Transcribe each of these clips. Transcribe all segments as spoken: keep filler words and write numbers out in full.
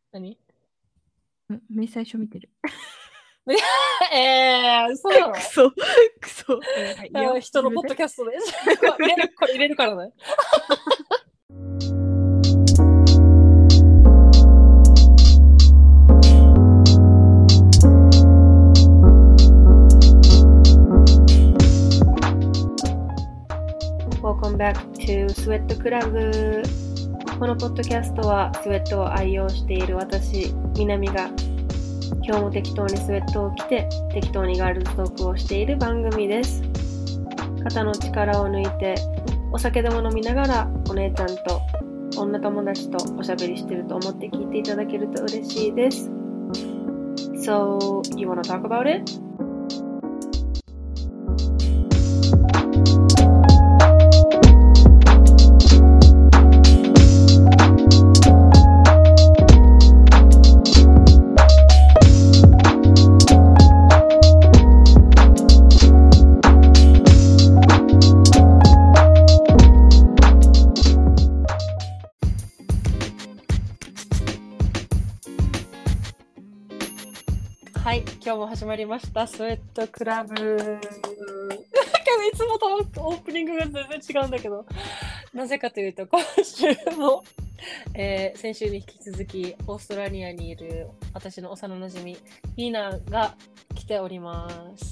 何うん明細書見てる。 えー、そうなのクソクソ、えーはい、いいよ人のポッドキャストでこれ入れるこれ入れるからね。Welcome back to Sweat Club。 このポッドキャストはスウェットを愛用している私、みなみが今日も適当にスウェットを着て適当にガールズトークをしている番組です。肩の力を抜いてお酒でも飲みながらお姉ちゃんと女友達とおしゃべりしてると思って聞いていただけると嬉しいです。 So, you wanna talk about it?はい、今日も始まりましたスウェットクラブ。いつもとオープニングが全然違うんだけど、なぜかというと今週も、えー、先週に引き続きオーストラリアにいる私の幼なじみリーナが来ております。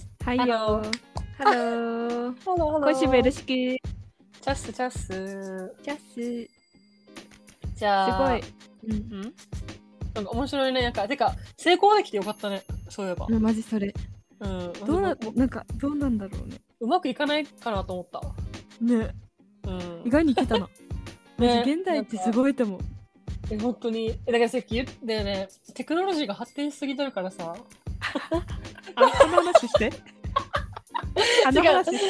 はいよ。ハロー。ハロー。今週もよろしく。チャッスチャッス。 チャッス。 じゃあ、 すごい。うん。 なんか面白いね。なんかてか成功できてよかったね。そういえば。 マジそれ。 うん。 どうななんかどうなんだろうね。 うまくいかないかなと思った。 ね。うん。意外にいけたな。ね。現代ってすごいと思う。 え本当に。えだからさっき言ったよね。テクノロジーが発展しすぎてるからさ。 あの話して。あの話して。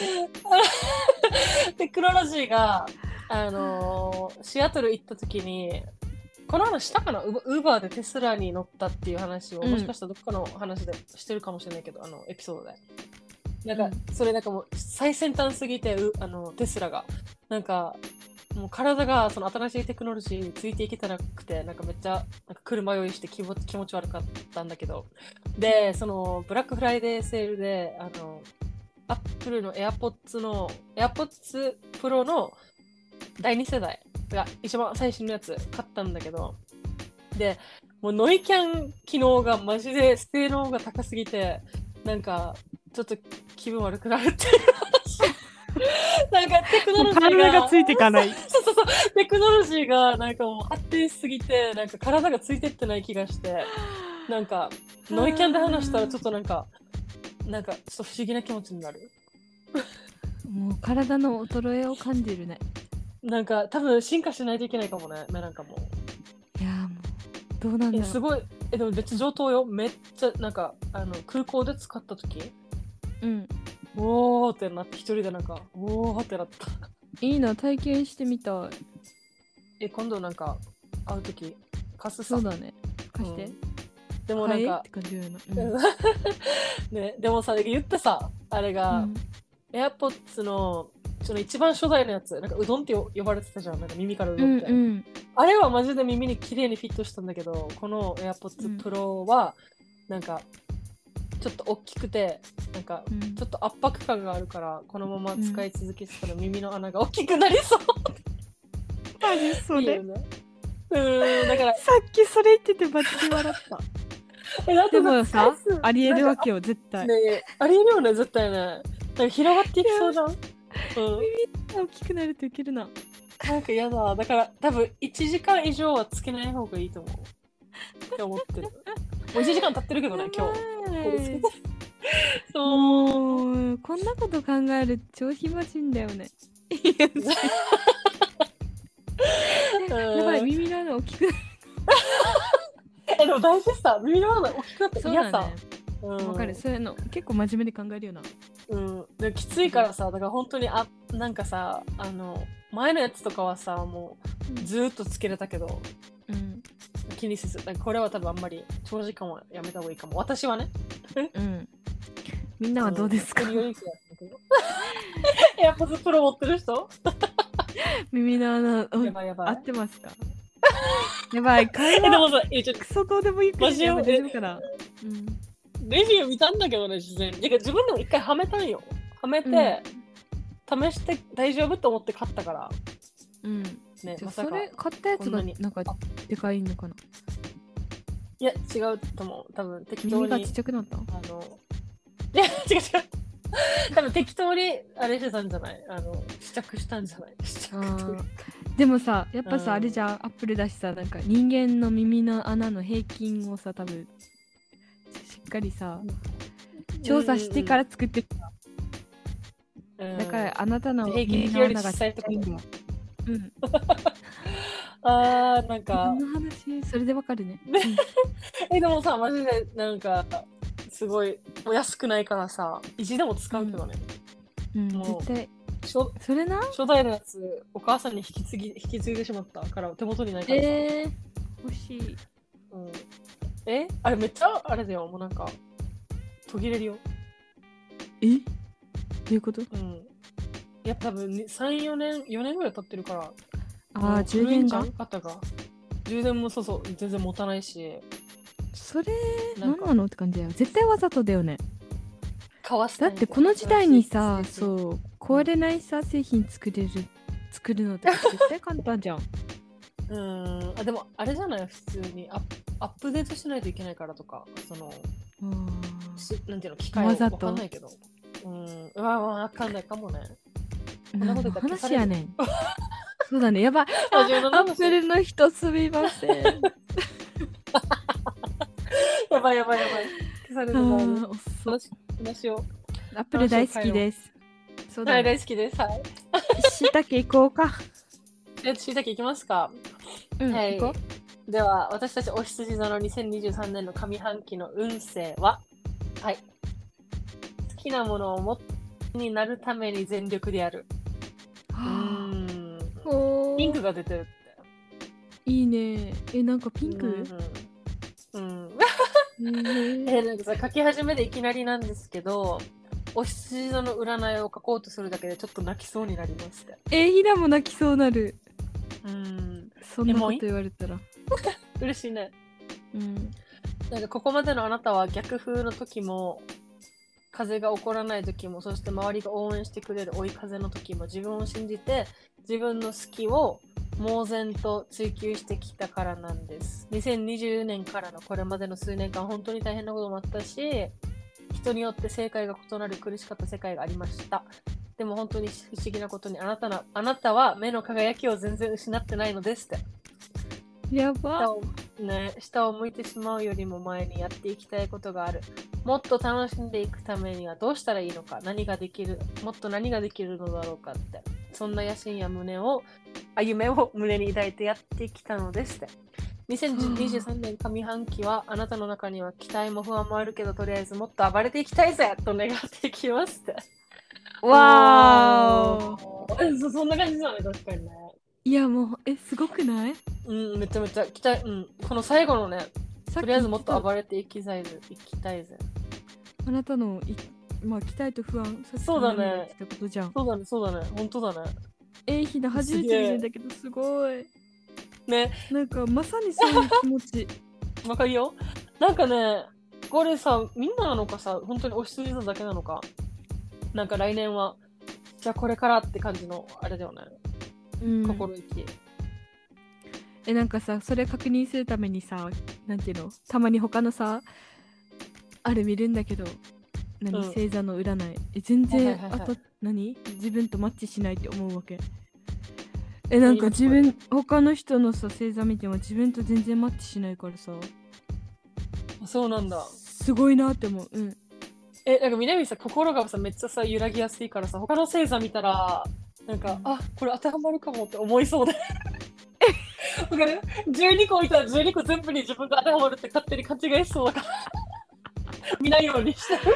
テクノロジーがあのー、シアトル行った時に。この話したかな？ウーバーでテスラに乗ったっていう話を、うん、もしかしたらどっかの話でしてるかもしれないけど、あのエピソードでなんか、うん、それなんかもう最先端すぎてあのテスラがなんかもう体がその新しいテクノロジーについていけてなくてなんかめっちゃなんか車酔いして気持ち悪かったんだけど、でそのブラックフライデーセールであのアップルの AirPods の AirPods Pro のだいに世代が一番最新のやつ買ったんだけど、でもうノイキャン機能がマジで性能が高すぎてなんかちょっと気分悪くなるっていう話なんかテクノロジーが体がついていかないそうそうそうテクノロジーがなんかもう発展しすぎてなんか体がついてってない気がしてなんかノイキャンで話したらちょっとなんかなんかちょっと不思議な気持ちになるもう体の衰えを感じるね。 なんか多分進化しないといけないかもね。なんかもういやもうどうなんだろう。 すごいえでも別上等よ。めっちゃなんかあの空港で使った時うんおーってなって一人でなんかおーってなったいいな体験してみたい。 え今度なんか会う時貸すさ。 そうだね貸して、うん、 でもなんか、 はいって感じなの、うんね、でもさ言ってさあれが、うん、AirPods のその一番初代のやつなんかうどんって呼ばれてたじゃん。なんか耳からうどんって、うんうん、あれはマジで耳に綺麗にフィットしたんだけどこの AirPods Pro はなんかちょっと大きくてなんかちょっと圧迫感があるからこのまま使い続けてたら耳の穴が大きくなりそうマジそれ、 ね、うんだからさっきそれ言っててマジで笑ったえだってでもさありえるわけよ絶対、 ね、ありえるよね絶対ね。なんか広がっていきそうじゃん。 うん、耳が大きくなるといけるな。 なんかやだ。だから多分いちじかん以上はつけない方がいいと思うって思ってる。もういちじかん経ってるけどね今日。 そうこんなこと考える超暇人だよね。やばい耳の穴大きくなる。 えでも大事さ耳の穴大きくなったら嫌さ。わ、 うん、かるそういうの結構真面目に考えるよな。 うん、できついからさだから本当にあなんかさあの前のやつとかはさもうずーっとつけれたけど、うん、気にせずこれは多分あんまり長時間はやめた方がいいかも私はね。うん。 みんなはどうですか？ やっぱプロ持ってる人？ 耳の穴やばいやばい合ってますか？ やばい、会え、で話もさ、え、ちょっとクソどうでもいいかマジよ大丈夫かな。うん。 レビュー見たんだけどね、自然に。てか自分でも一回はめたんよ。はめて、試して大丈夫と思って買ったから。 うん。 ね、 じゃまさか。 それ買ったやつがこんなになんかでかいのかな。 いや、違うと思う。多分適当に。 耳がちっちゃくなった。 あの、いや、違う違う。多分適当にあれしてたんじゃない？あの、試着したんじゃない？試着というか。 でもさ、やっぱさ、 うんあれじゃん、アップルだしさ、なんか人間の耳の穴の平均をさ、多分しっかりさ、調査してから作ってた。 うん、 だからあなたの平均耳のより小穴がちさいところ。 っちゃいんだよ。うん。 あー、なんか。 何の話？それでわかるね。 え、でもさ、マジでなんか、すごい、お安くないからさ、意地でも使うけどね。 うん、 もう絶対。 初それな初代のやつ、お母さんに引き継ぎ、引き継いでしまったから手元にないからさ。 えー、欲しい。 うん、えあれめっちゃあれだよ、もうなんか、途切れるよ。 えどういうこと？ うん。やっぱ多分さん、よねん、よねんぐらい経ってるから。 ああ、充電が方が。充電もそうそう、全然持たないし。 それ、何なのって感じだよ。絶対わざとだよね。だってこの時代にさ、そう、壊れないさ、製品作れる、作るのって絶対簡単じゃん。 うん、あ、でもあれじゃない、普通にアップ、アップデートしないといけないからとか、その、しなんていうの、機械をわかんないけど。うん、うわ、わかんないかもね。 こんなこと話やねん。そうだね、やばい。アップルの人すみません。 やばいやばいやばい。消されるの。 話を。アップル大好きです。 そうだね。はい、大好きです。はい。 しいたけ行こうか。 しいたけ行きますか。 うん、はい。行こう。では、私たちお羊座のにせんにじゅうさんねんの上半期の運勢は、はい。好きなものをもになるために全力でやる。うーん。ピンクが出てるって。 いいね。え、なんかピンク？ うん。うん、えなんかさ、書き始めでいきなりなんですけど、お羊座の占いを書こうとするだけでちょっと泣きそうになりました。 えー、ひなも泣きそうなる。 うん。 そんなこと言われたら。 嬉しいね。 うん。 なんかここまでのあなたは逆風の時も、風が起こらない時も、そして周りが応援してくれる追い風の時も自分を信じて自分の好きを猛然と追求してきたからなんです。にせんにじゅうねんからのこれまでの数年間本当に大変なこともあったし、人によって正解が異なる苦しかった世界がありました。でも本当に不思議なことにあなたのあなたは目の輝きを全然失ってないのですって。 やば下を、ね、下を向いてしまうよりも前にやっていきたいことがある。もっと楽しんでいくためにはどうしたらいいのか、何ができる、もっと何ができるのだろうかって、そんな野心や胸を、あ夢を胸に抱いてやってきたのですって。にせんにじゅうさんねん上半期はあなたの中には期待も不安もあるけど、とりあえずもっと暴れていきたいぜと願っていきますって。 わーそ、そんな感じだね、確かにね。 いやもう、え、すごくない？ うん、めちゃめちゃ期待、うん、この最後のね、とりあえずもっと暴れていきたいぜ、いきたいぜ。 あなたのい、まあ、期待と不安、 そうだね。 ってことじゃん。 そうだね、そうだね、本当だね。 えいひな初めて見るんだけど、すごい。 ね。 なんか、まさにそういう気持ち。 わかるよ。なんかね、これさ、みんななのかさ、本当にお羊座だけなのか。なんか来年は、じゃあこれからって感じの、あれだよね。うん、心意気。 え、なんかさ、それ確認するためにさ、なんていうの、たまに他のさ、あれ見るんだけど、何、うん、星座の占い。え、全然、あと、何自分とマッチしないって思うわけ。え、なんか自分、他の人のさ、星座見ても自分と全然マッチしないからさ。 そうなんだ。 すごいなって思う。うん。 え、なんか南さ、心がさ、めっちゃさ、揺らぎやすいからさ、他の星座見たら、なんか、うん、あ、これ当てはまるかもって思いそうで。わかる？ じゅうに 個いたらじゅうにこ全部に自分が当てはまるって勝手に勘違いしそうだから。見ないようにして。や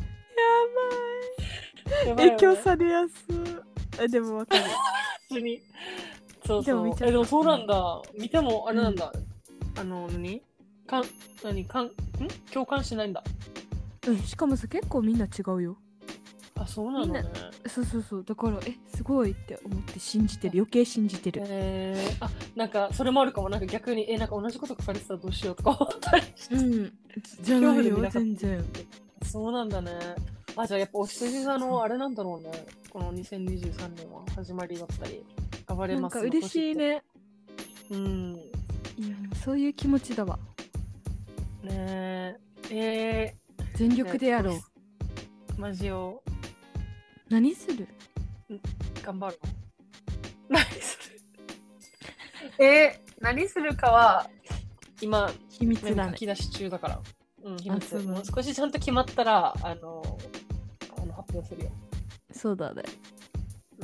ばい。影響されやすい。でもわかる。 普通に。そうそう。でもえ、でもそうなんだ。見てもあれなんだ。うん、あの、何かん、何かん、ん共感しないんだ。 うん、しかもさ、結構みんな違うよ。 あ、そうなのね。 そうそうそう。だからえすごいって思って信じてる。余計信じてる。 えー、あ、なんかそれもあるかも。なんか逆にえなんか同じこと書かれてたらどうしようとか思ったりして。 うん。じゃないよ全然。 そうなんだね。あ、じゃあやっぱお羊座のあれなんだろうね。このにせんにじゅうさんねんは始まりだったり頑張れます。 なんか嬉しいね。 うん。 いやそういう気持ちだわ。 ねえ。えー、全力でやろう。ね、 マジよ。 何する？ 頑張るの？何する？えー、何するかは今秘密だね。 書き出し中だから。うん、秘密。もう少しちゃんと決まったらあのあの発表するよ。 そうだね。 うん。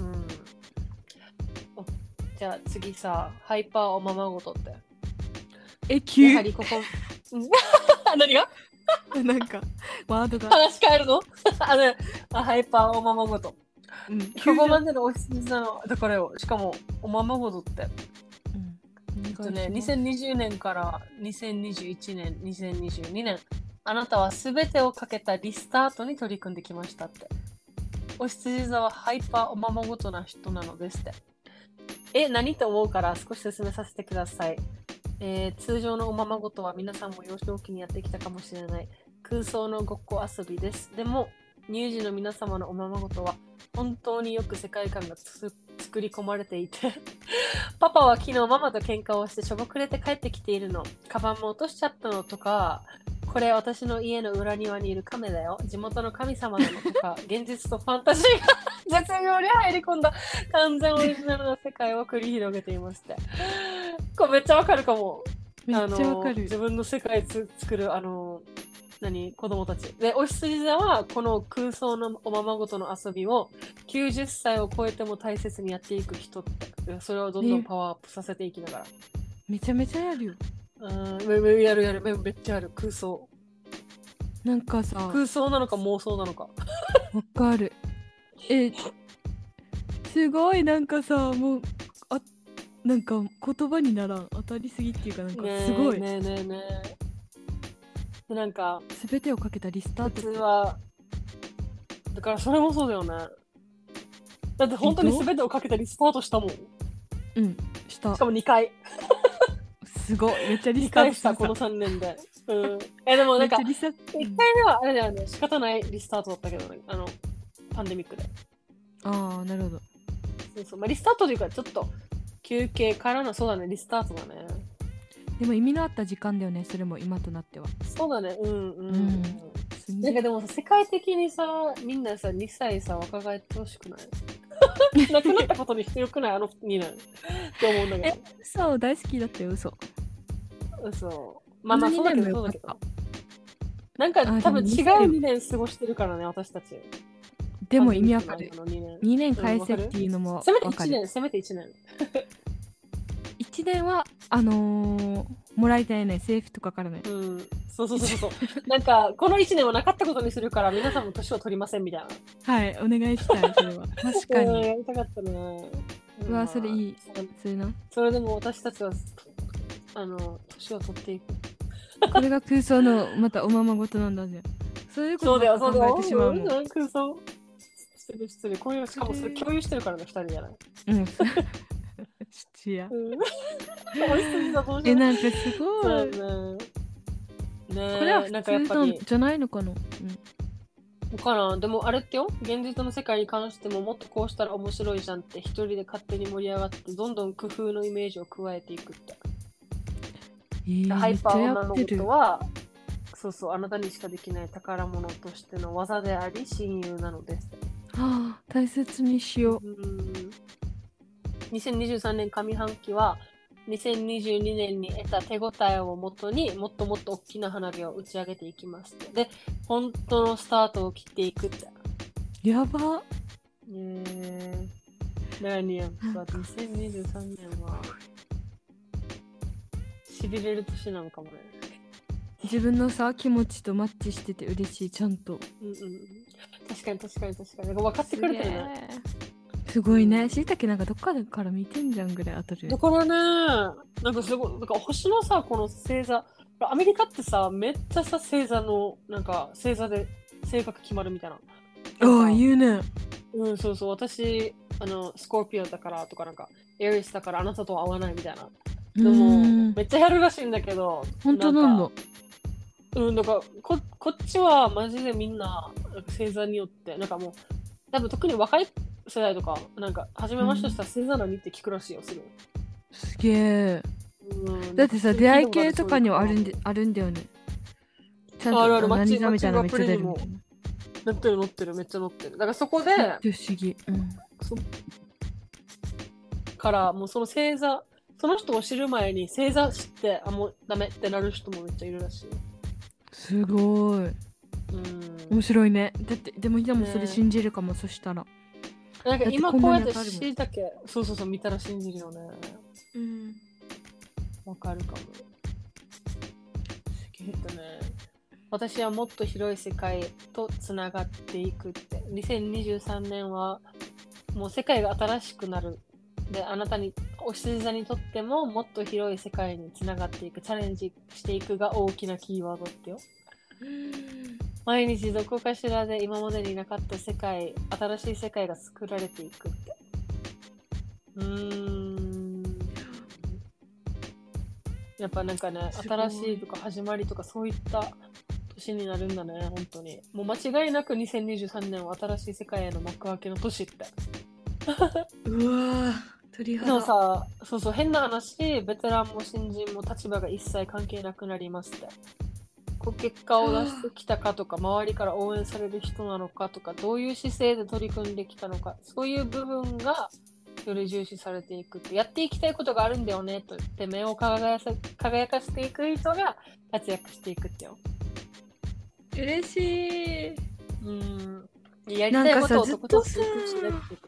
じゃあ次さ、ハイパーおままごとって。 え、急。 やはりここ。何が？ なんかワードが話変えるの？あのあハイパーおままごと。うん。ここまでのお羊座のだからよ。しかもおままごとって。うん。えっとね、にせんにじゅうねんからにせんにじゅういちねん、にせんにじゅうにねん、あなたはすべてをかけたリスタートに取り組んできましたって。お羊座はハイパーおままごとな人なのですって。え、何と思うから少し説明させてください。えー、通常のおままごとは皆さんも幼少期にやってきたかもしれない空想のごっこ遊びです。でも乳児の皆様のおままごとは本当によく世界観がつ作り込まれていてパパは昨日ママと喧嘩をしてしょぼくれて帰ってきているの、カバンも落としちゃったのとか、これ私の家の裏庭にいる亀だよ、地元の神様なのとか現実とファンタジーが絶妙に入り込んだ完全オリジナルな世界を繰り広げていまして、これめっちゃわかるかも。 めっちゃわかる。 自分の世界つ作るあの何子供たちで、お羊座はこの空想のおままごとの遊びをきゅうじゅっさいを超えても大切にやっていく人って、それをどんどんパワーアップさせていきながら、 めちゃめちゃやるよ。 うん、やるやる、めっちゃやる。空想なんかさ、 空想なのか妄想なのかわかる。えすごい、なんかさ、もうあなんか言葉にならん、当たりすぎっていうか、なんかすごいねえねえねえねえ、なんか全てをかけたリスタート。 普通はだからそれもそうだよね。だって本当に全てをかけたリスタートしたもん。 うんした。 しかもにかいすごい、めっちゃリスタートしたこのさんねんで。うん。えでもなんかいっかいめはあれだよね、仕方ないリスタートだったけどね、あのパンデミックで。 ああ、なるほど。 そうそう、まあリスタートというかちょっと休憩からの、そうだね、リスタートだね。 でも意味のあった時間だよね、それも今となっては。 そうだね、うんうん。うん、なんかでもさ、世界的にさ、みんなさにさいさ若返ってほしくない？なくなったことにしてよくない？あのにねんって思うんだけど。 え、そう大好きだってよ。嘘嘘。まあまあそうだけど、そうだけど。なんか多分違うにねん過ごしてるからね、私たち。 でも意味わかる。にねん返せっていうのもせめていちねん、せめていちねん。 いちねんはあのー、もらいたいね、政府とかからね。 うん、そうそうそうそう。なんかこのいちねんはなかったことにするから皆さんも年を取りませんみたいな。はい、お願いしたい、それは。確かに。 やりたかったね。 うわ、それいい。それな。 それでも私たちはあの年を取っていく。 これが空想のまたおままごとなんだぜ。そういうことを考えてしまうもん。 そうだよ、そうだよ。空想。失礼失礼。こういうしかもそれ共有してるからね、ふたりじゃない。 うん。七夜。 え、 なんかすごい。 ね、 これは普通なんじゃないのかな。 うん。かな。でもあれってよ、現実の世界に関してももっとこうしたら面白いじゃんって一人で勝手に盛り上がってどんどん工夫のイメージを加えていくって。えー、ハイパー女のことはそうそう、あなたにしかできない宝物としての技であり親友なのです。 はあ、大切にしよう。うん、 にせんにじゅうさんねん上半期はにせんにじゅうにねんに得た手応えをもとにもっともっと大きな花火を打ち上げていきます。で、本当のスタートを切っていくって。 やば。 えー、何やっぱにせんにじゅうさんねんはしびれる年なのかもね。 自分のさ気持ちとマッチしてて嬉しい、ちゃんと。 うんうん、確かに確かに確かに。なんか分かってくれてるね。 すごいね。しいたけなんかどっかから見てんじゃんぐらい当たる。 だからね、なんかすごい、なんか星のさ、この星座、アメリカってさ、めっちゃさ、星座の、なんか星座で性格決まるみたいな。 ああ、言うね。 うん、そうそう、私、あの、スコーピオンだからとか、なんか、エリスだからあなたとは合わないみたいな。でも、めっちゃやるらしいんだけど、 本当なんだ。 うん、だからこ、こっちはマジでみんな、なんか星座によって、なんかもう、多分特に若い世代とか、なんか、初めましてしたら星座何って聞くらしいよ、すぐ。 すげえ。だってさ、出会い系とかにはあるんで、あるんだよね。ちゃんとあるある、マッチ何座みたいなめっちゃ出るみたいな。 乗ってる乗ってる、めっちゃ乗ってる。だからそこで、 不思議。うん。 そから、もうその星座、その人を知る前に星座知って、あ、もうダメってなる人もめっちゃいるらしい。 すごい。 うん。 面白いね。だって、でも今もそれ信じるかも、ね、そしたら。 なんか今こうやって知りたけ、そうそうそう、見たら信じるよね。 うん。 わかるかも。えっとね、私はもっと広い世界とつながっていくって。にせんにじゅうさんねんはもう世界が新しくなる。で、あなたに、お羊座にとってももっと広い世界につながっていく、チャレンジしていくが大きなキーワードってよ。毎日どこかしらで今までになかった世界、新しい世界が作られていくって。うーん。やっぱなんかね、新しいとか始まりとかそういった年になるんだね、本当に。もう間違いなくにせんにじゅうさんねんは新しい世界への幕開けの年って。 うわぁ、鳥肌。 でもさ、そうそう、変な話、ベテランも新人も立場が一切関係なくなりますって。こう結果を出してきたかとか、周りから応援される人なのかとか、どういう姿勢で取り組んできたのか、そういう部分がより重視されていくって、やっていきたいことがあるんだよねと言って目を輝か輝かしていく人が活躍していくってよ。 嬉しい。 うん。やりたいことをとことん追求していく。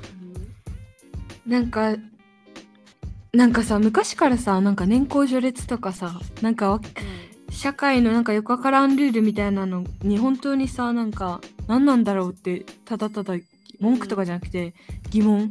なんかなんかさ、昔からさ、なんか年功序列とかさ、なんか、うん、社会のなんかよくわからんルールみたいなのに本当にさ、なんか何なんだろうって、ただただ文句とかじゃなくて疑問、うん、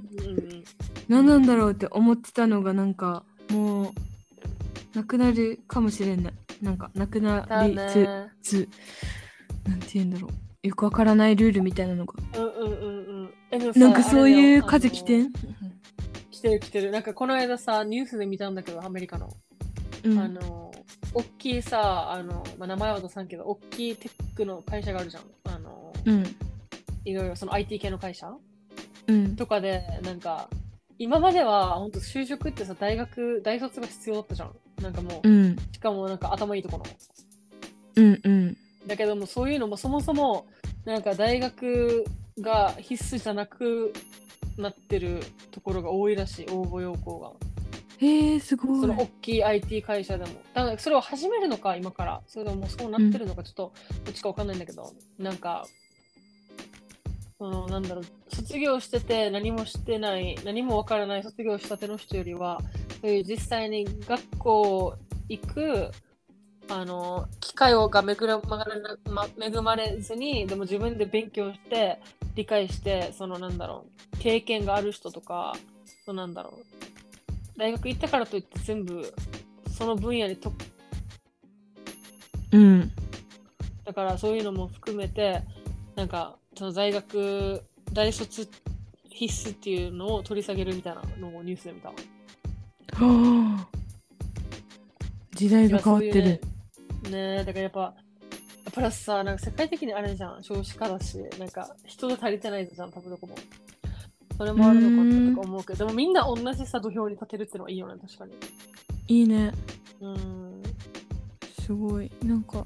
何なんだろうって思ってたのがなんかもうなくなるかもしれない。なんかなくなりつつ、なんて言うんだろう、よくわからないルールみたいなのが、うんうんうんうん、なんかそういう風来てん？ 来てる来てる。なんかこの間さ、ニュースで見たんだけど、アメリカの。うん、あの、大きいさ、あの、まあ、名前は出さんけど、大きいテックの会社があるじゃん。あの、うん、いろいろその アイティー 系の会社、うん、とかで、なんか、今までは本当就職ってさ、大学、大卒が必要だったじゃん。なんかもう、うん、しかもなんか頭いいところ。うんうん。だけども、そういうのもそもそも、なんか大学が必須じゃなくなってるところが多いらしい、応募要項が。 へえ、すごい。 その大きい アイティー 会社でも。だからそれを始めるのか、今から。それともそうなってるのか、ちょっとどっちかわかんないんだけど、うん、なんか、そのなんだろう、卒業してて何もしてない、何もわからない卒業したての人よりは、そういう実際に学校行く、あの機会をが恵まれ、ま、恵まれずに、でも自分で勉強して理解して、そのなんだろう、経験がある人とか、そうなんだろう、大学行ったからといって全部その分野にと、うん、だからそういうのも含めて、なんかその大学大卒必須っていうのを取り下げるみたいなのをニュースで見た。はあ、時代が変わってる。 ねえ、だからやっぱ、プラスさ、なんか世界的にあれじゃん、少子化だし、なんか人が足りてないじゃん、多分どこも。それもあるのかなとか思うけど、でもみんな同じさ、土俵に立てるってのはいいよね、確かに。 いいね。 うん。 すごい、なんか、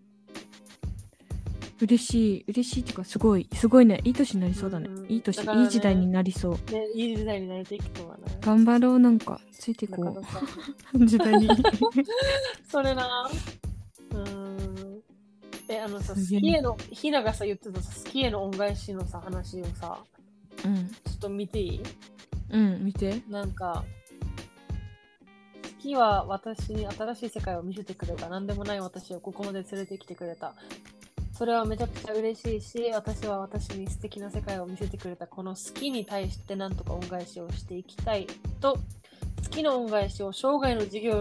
嬉しい、嬉しいっていうか、すごい、すごいね、いい年になりそうだね。うんうん、いい年、ね、いい時代になりそう。 ね、いい時代になれていくとはね。 頑張ろう、なんか、ついてこう。時代に。 それな。うん。え、あのさ、スキーへの、ひながさ、言ってたさ、スキーへの恩返しのさ、話をさ、うん、ちょっと見ていい？ うん、見て。 なんか、スキーは私に新しい世界を見せてくれた。何でもない私をここまで連れてきてくれた。それはめちゃくちゃ嬉しいし、私は私に素敵な世界を見せてくれたこの好きに対して何とか恩返しをしていきたいと、好きの恩返しを生涯の授業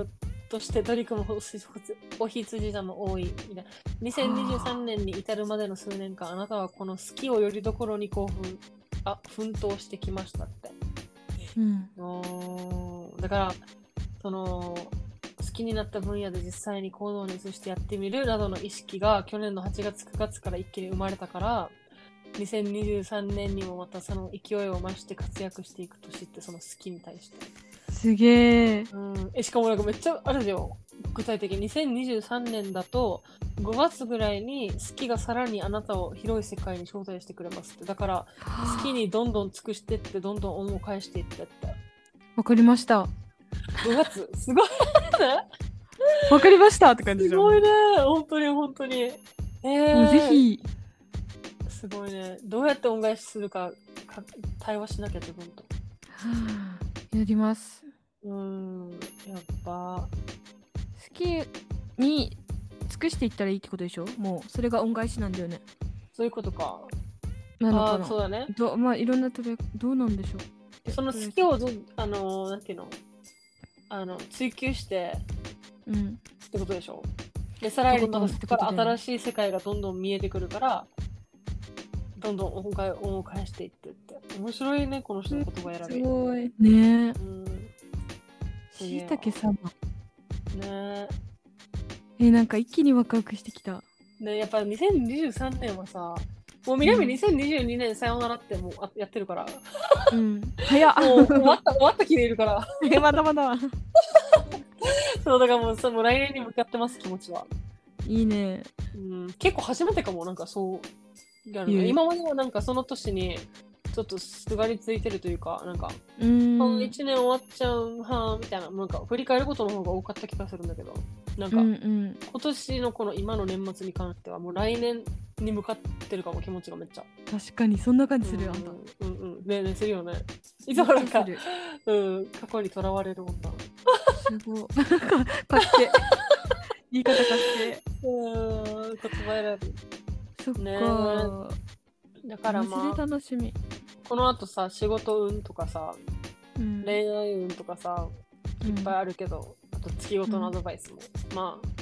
として取り組むお羊座も多いみたいな。にせんにじゅうさんねんに至るまでの数年間、あなたはこの好きをよりどころに興奮あ奮闘してきましたって。 うん、 おだからその好きになった分野で実際に行動に移してやってみるなどの意識が去年のはちがつくがつから一気に生まれたから、にせんにじゅうさんねんにもまたその勢いを増して活躍していく年って、その好きに対して。 すげえ。 うん、えしかもなんかめっちゃあるよ、具体的に。にせんにじゅうさんねんだとごがつぐらいに好きがさらにあなたを広い世界に招待してくれますって。だから好きにどんどん尽くしてってどんどん恩を返していってって。 わかりました。 ごがつすごいね。 わかりましたって感じじゃん。 すごいね、本当に本当に。えー、 もうぜひ。 すごいね。どうやって恩返しするか、か対話しなきゃ自分と。 やります。 うーん、やっぱ好きに尽くしていったらいいってことでしょ。もうそれが恩返しなんだよね。 そういうことか。 なのかな。 あ、そうだね。 どまあいろんなトレどうなんでしょう。 その好きをどあのなんていうのあの追求して、 うん、 ってことでしょ。でさらにまたそこから新しい世界がどんどん見えてくるから、どんどん恩返恩を返していってって。面白いね、この人の言葉選び。 すごいね。 うん。 しいたけ様。 ねえ、なんか一気にワクワクしてきた。 ね、やっぱにせんにじゅうさんねんはさ、もう南にせんにじゅうにねんさよならってもうやってるから。 うん。早っ。 もう終わった終わった気でいるから。 え、まだまだ。 そうだからもうさ、もう来年に向かってます、気持ちは。いいいね。 うん、結構初めてかも、なんかそうやるの。今まではなんかその年にちょっとすがりついてるというか、なんか、 うーん、 いちねん終わっちゃうはーみたいな、なんか振り返ることの方が多かった気がするんだけど、なんか、 うんうん、 今年のこの今の年末に関してはもう来年に向かってるかも、気持ちがめっちゃ。 確かにそんな感じする、あんた。 うんうん、ねえねえするよね。いつもなんか、うん、過去にとらわれる女。 すごい。かっけ。言い方かっけ。 うん、言葉選び。 そっか、 ね。だからまあ、 楽しみ。 この後さ、仕事運とかさ、うん、恋愛運とかさ、いっぱいあるけど、うん、あと月ごとのアドバイスも、うん、まあ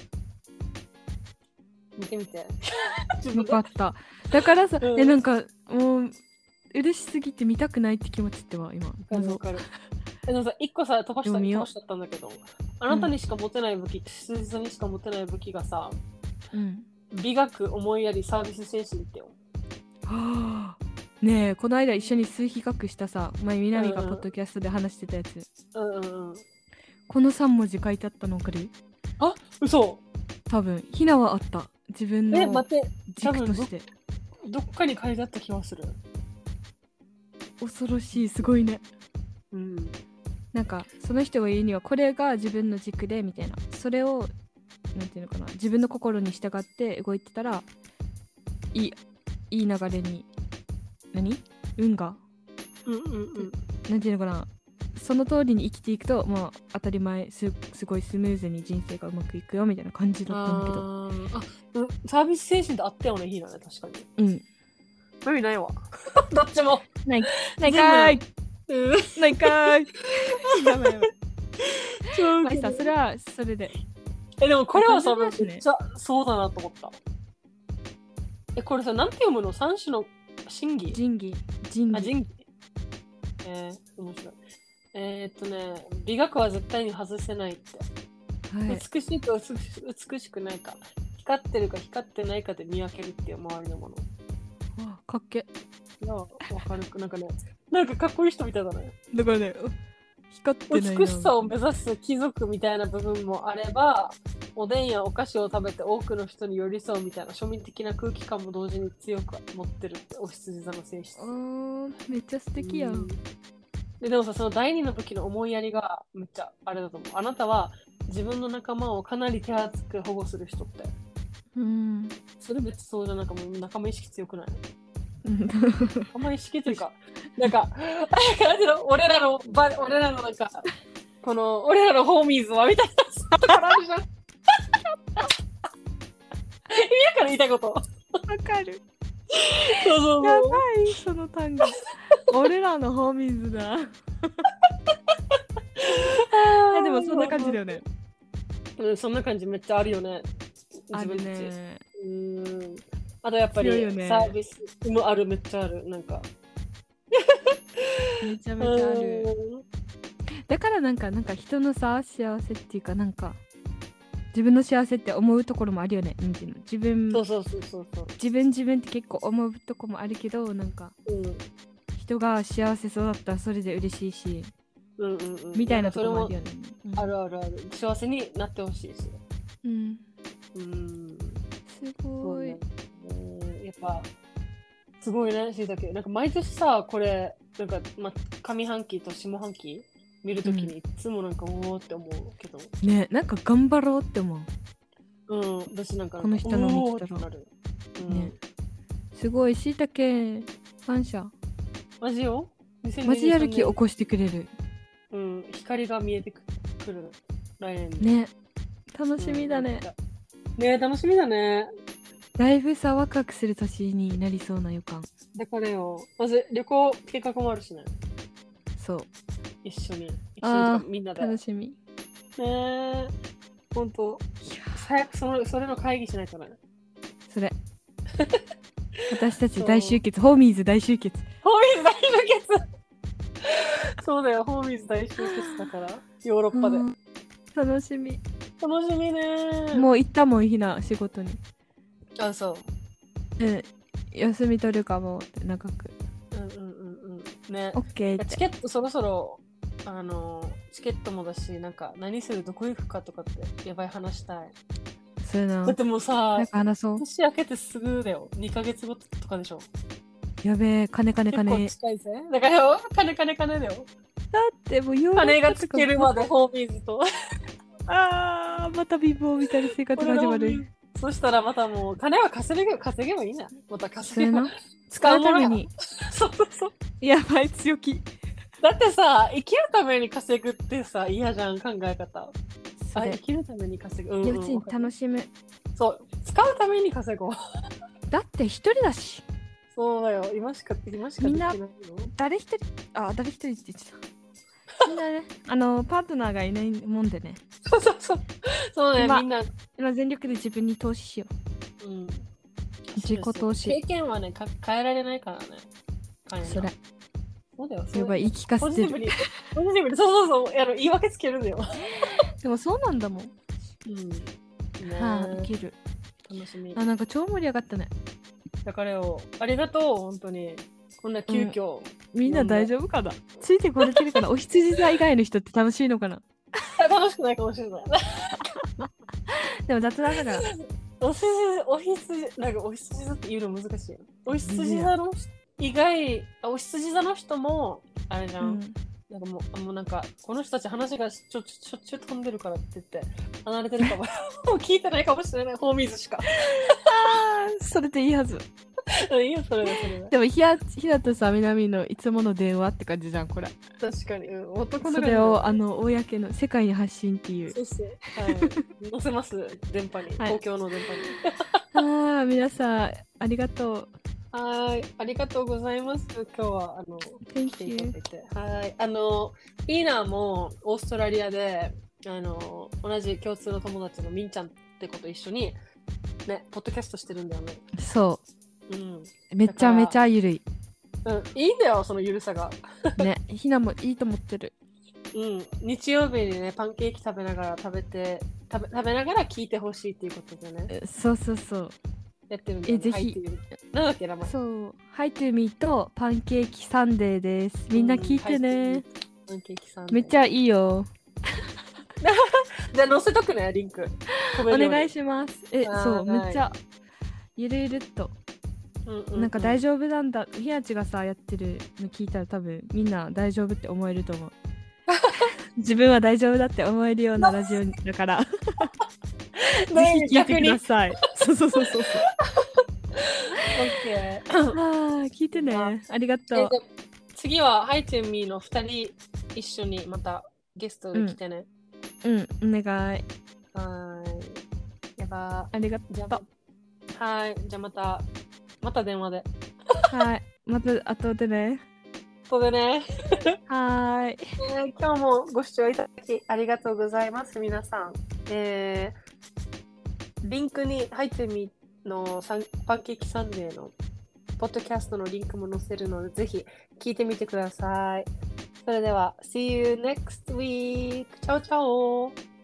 見てみて。 よかった。だからさ、うん、えなんかもう嬉しすぎて見たくないって気持ちっては今。 わかる。でもさ、一個さ飛ばした飛ばしちゃったんだけど、あなたにしか持てない武器、羊座にしか持てない武器がさ、うん、美学、思いやり、サービス精神ってよ。 はあ。ねえ、この間一緒に数比較したさ、前みなみがポッドキャストで話してたやつ、うんうんうん、このさん文字書いてあったの分かる？ あ、嘘。 多分ひなはあった。自分の軸としてど, どっかに書いてあった気がする。 恐ろしい、すごいね。うん、なんかその人が言うにはこれが自分の軸でみたいな、それをなんていうのかな、自分の心に従って動いてたらいいいい流れに何運が、うんうんうん、なんていうのかな、その通りに生きていくと、まあ、当たり前 す, すごいスムーズに人生がうまくいくよみたいな感じだったんだけど、 ああ、サービス精神ってあったよね、いいなね、確かに。うん。意味ないわ。どっちも。 ない。ないかーい。うん、ないかーい。やばいやばい。まあさ、それはそれで。 え、でもこれはさ、めっちゃそうだなと思った。え、これさ、なんて読むの？三種の神器？ 神器。神器。 あ、神器。えー、面白い。えー、っとね、美学は絶対に外せないって。はい、美しいか美しくないか、光ってるか光ってないかで見分けるっていう周りのもの。 あ、かっけ。 いや、わかる。なんかね、なんかかっこいい人みたいだね。 だからね、光ってないな。 美しさを目指す貴族みたいな部分もあれば、おでんやお菓子を食べて多くの人に寄り添うみたいな庶民的な空気感も同時に強く持ってるってお羊座の性質。 あー、めっちゃ素敵やん。うんで, でもさ、その第二の武器の思いやりがめっちゃあれだと思う。あなたは自分の仲間をかなり手厚く保護する人って。うん。それめっちゃそうじゃなんかもう仲間意識強くない？仲間意識というか、なんか、俺らの、俺らのなんか、この、俺らのホーミーズはみたいなところあるじゃん。意味わかる言いたいこと。 わかる。 そうそうそう。 やばい、その単語。俺らのホーミーズだ。いやでもそんな感じだよね。 うん、そんな感じめっちゃあるよね。 ある自分たち。 ね。 うーん。あとやっぱり強いよねサービスもある、めっちゃある。なんか。 めちゃうめちゃある。 ーん。 だからなんかなんか人のさ幸せっていうかなんか自分の幸せって思うところもあるよね。なんていうの自分そうそうそうそうそう。 自分自分って結構思うとこもあるけどなんかうん。 人が幸せそうだったらそれで嬉しいしうんうんうん。 みたいなとこもあるよね。うんあるあるある。幸せになってほしいし。 うん。 うーん。 すごい。 そうね。うんやっぱ、すごいね、しいたけ。なんか毎年さ、これ、なんか、ま、上半期と下半期見るときにいつもなんか、おーって思うけど。 ね、なんか頑張ろうって思う。 うん、私なんか、 この人の見てたらおーってなる。うん、 ね。すごい、しいたけ感謝。 マジよマジやる気起こしてくれる。 うん、光が見えてくる。来年に。 ね。楽しみだね。 うん、ね楽しみだね。 だいぶさ、ワクワクする年になりそうな予感。 だからよ。まず旅行計画もあるしね。 そう。 一緒に。一緒にとかみんなで。 楽しみ。 ねえ。ほんと。早くそのそれの会議しないとね。 それ。私たち大集結。ホーミーズ大集結。 ホーミーズ大集結そうだよ、ホーミーズ大集結だから。ヨーロッパで。 楽しみ。 楽しみね。 もう行ったもん、ひな、仕事に。 あ、そう。 うん。休み取るかもって長く。 うんうんうんうん。ね。 オッケー。 チケットそろそろ、あの、チケットもだし、なんか何する、どこ行くかとかってやばい話したい。 そういうの。 だってもうさ、 なんか話そう。 年明けてすぐだよ。にかげつごとかでしょ。 やべえ、金金金。 結構近いぜ。だからよ、金金金だよ。 だってもうヨーロッパ金がつけるまでホーミーズと。 あー、また貧乏みたいな生活が始まる。 そしたらまたもう、金は稼げ稼げばいいな。また稼げば。 使うために。 そうそうそう。 やばい、強気。 だってさ、生きるために稼ぐってさ、嫌じゃん、考え方。あ、生きるために稼ぐ。うん、うん、 うちに楽しむ。 そう、使うために稼ごう。 だって一人だし。 そうだよ、今しか、今しかできないの。 誰一人、あ、誰一人って言ってた。みんなね、あの、パートナーがいないもんでね。 そうそうそう。そうね、みんな。 今全力で自分に投資しよう。うん。 自己投資。 経験はね、か変えられないからね。 それ。 そうだよ。 やばい、言い聞かせてる。 ポジティブに。ポジティブに。そうそうそう。あの言い訳つけるんだよ。 でもそうなんだもん。 うん。 ね、はあ、ウケる。 楽しみ。 あ、なんか超盛り上がったね。 だからよ、ありがとう、本当に。こんな急遽、 うん。みんな大丈夫かな？ついてこれてるかな？お羊座以外の人って楽しいのかな？ 楽しくないかもしれない。 でも雑談だから。 お羊、お羊、なんかお羊座って言うの難しい。お羊座の以外、お羊座の人も、あれじゃん。うん、なんかもう、もうなんか、この人たち話がちょ、ちょ、しょっちゅう飛んでるからって言って、離れてるかも。もう聞いてないかもしれない。ホーミーズしか。 ああ、それでいいはず。 いいよ、それだ、それだ。 でも、ひや、ひやとさ、みなみのいつもの電話って感じじゃん、これ。 確かに。うん、男のそれを、あの、公の、世界に発信っていう。 そうそう。はい。載せます、電波に。はい、東京の電波に。 ああ、皆さん、ありがとう。 はい、ありがとうございます。今日は、あの、来ていただいて。はい。あの、イーナもオーストラリアで、あの、同じ共通の友達のみんちゃんって子と一緒に、ね、ポッドキャストしてるんだよね。 そう。 うん、 めちゃめちゃゆるい。 うん、いいんだよ、そのゆるさが。 ね、ひなもいいと思ってる。 うん、日曜日にね、パンケーキ食べながら食べて、食べ、食べながら聞いてほしいっていうことでね。 そうそうそう。 やってるんだよね。 え、ぜひ。 なんだっけ、名前。 そう。Hi to me とパンケーキサンデーです。みんな聞いてね。うん、 パンケーキサンデー。 めっちゃいいよ。 じゃあ載せとくね、リンク。 お願いします。え、そう、めっちゃゆるゆるっと。うんうんうん、なんか大丈夫なんだ。ひなちがさやってるの聞いたら多分みんな大丈夫って思えると思う。自分は大丈夫だって思えるようなラジオだから。ぜひ聞いてください。そうそうそうそう。 OK。 ああ、聞いてね。ありがとう。 次はハイチェンミーのふたり一緒にまたゲストで来てね。 うん、うん、お願い。 はい。やば。 ありがとう。 はい。じゃあまた。また電話で。 はい。また後でね。 後でね。 はーい、 えー。今日もご視聴いただきありがとうございます、皆さん。 えー、リンクに入ってみのサンパンケーキサンデーのポッドキャストのリンクも載せるので、ぜひ聞いてみてください。それでは、See you next week! チャオチャオ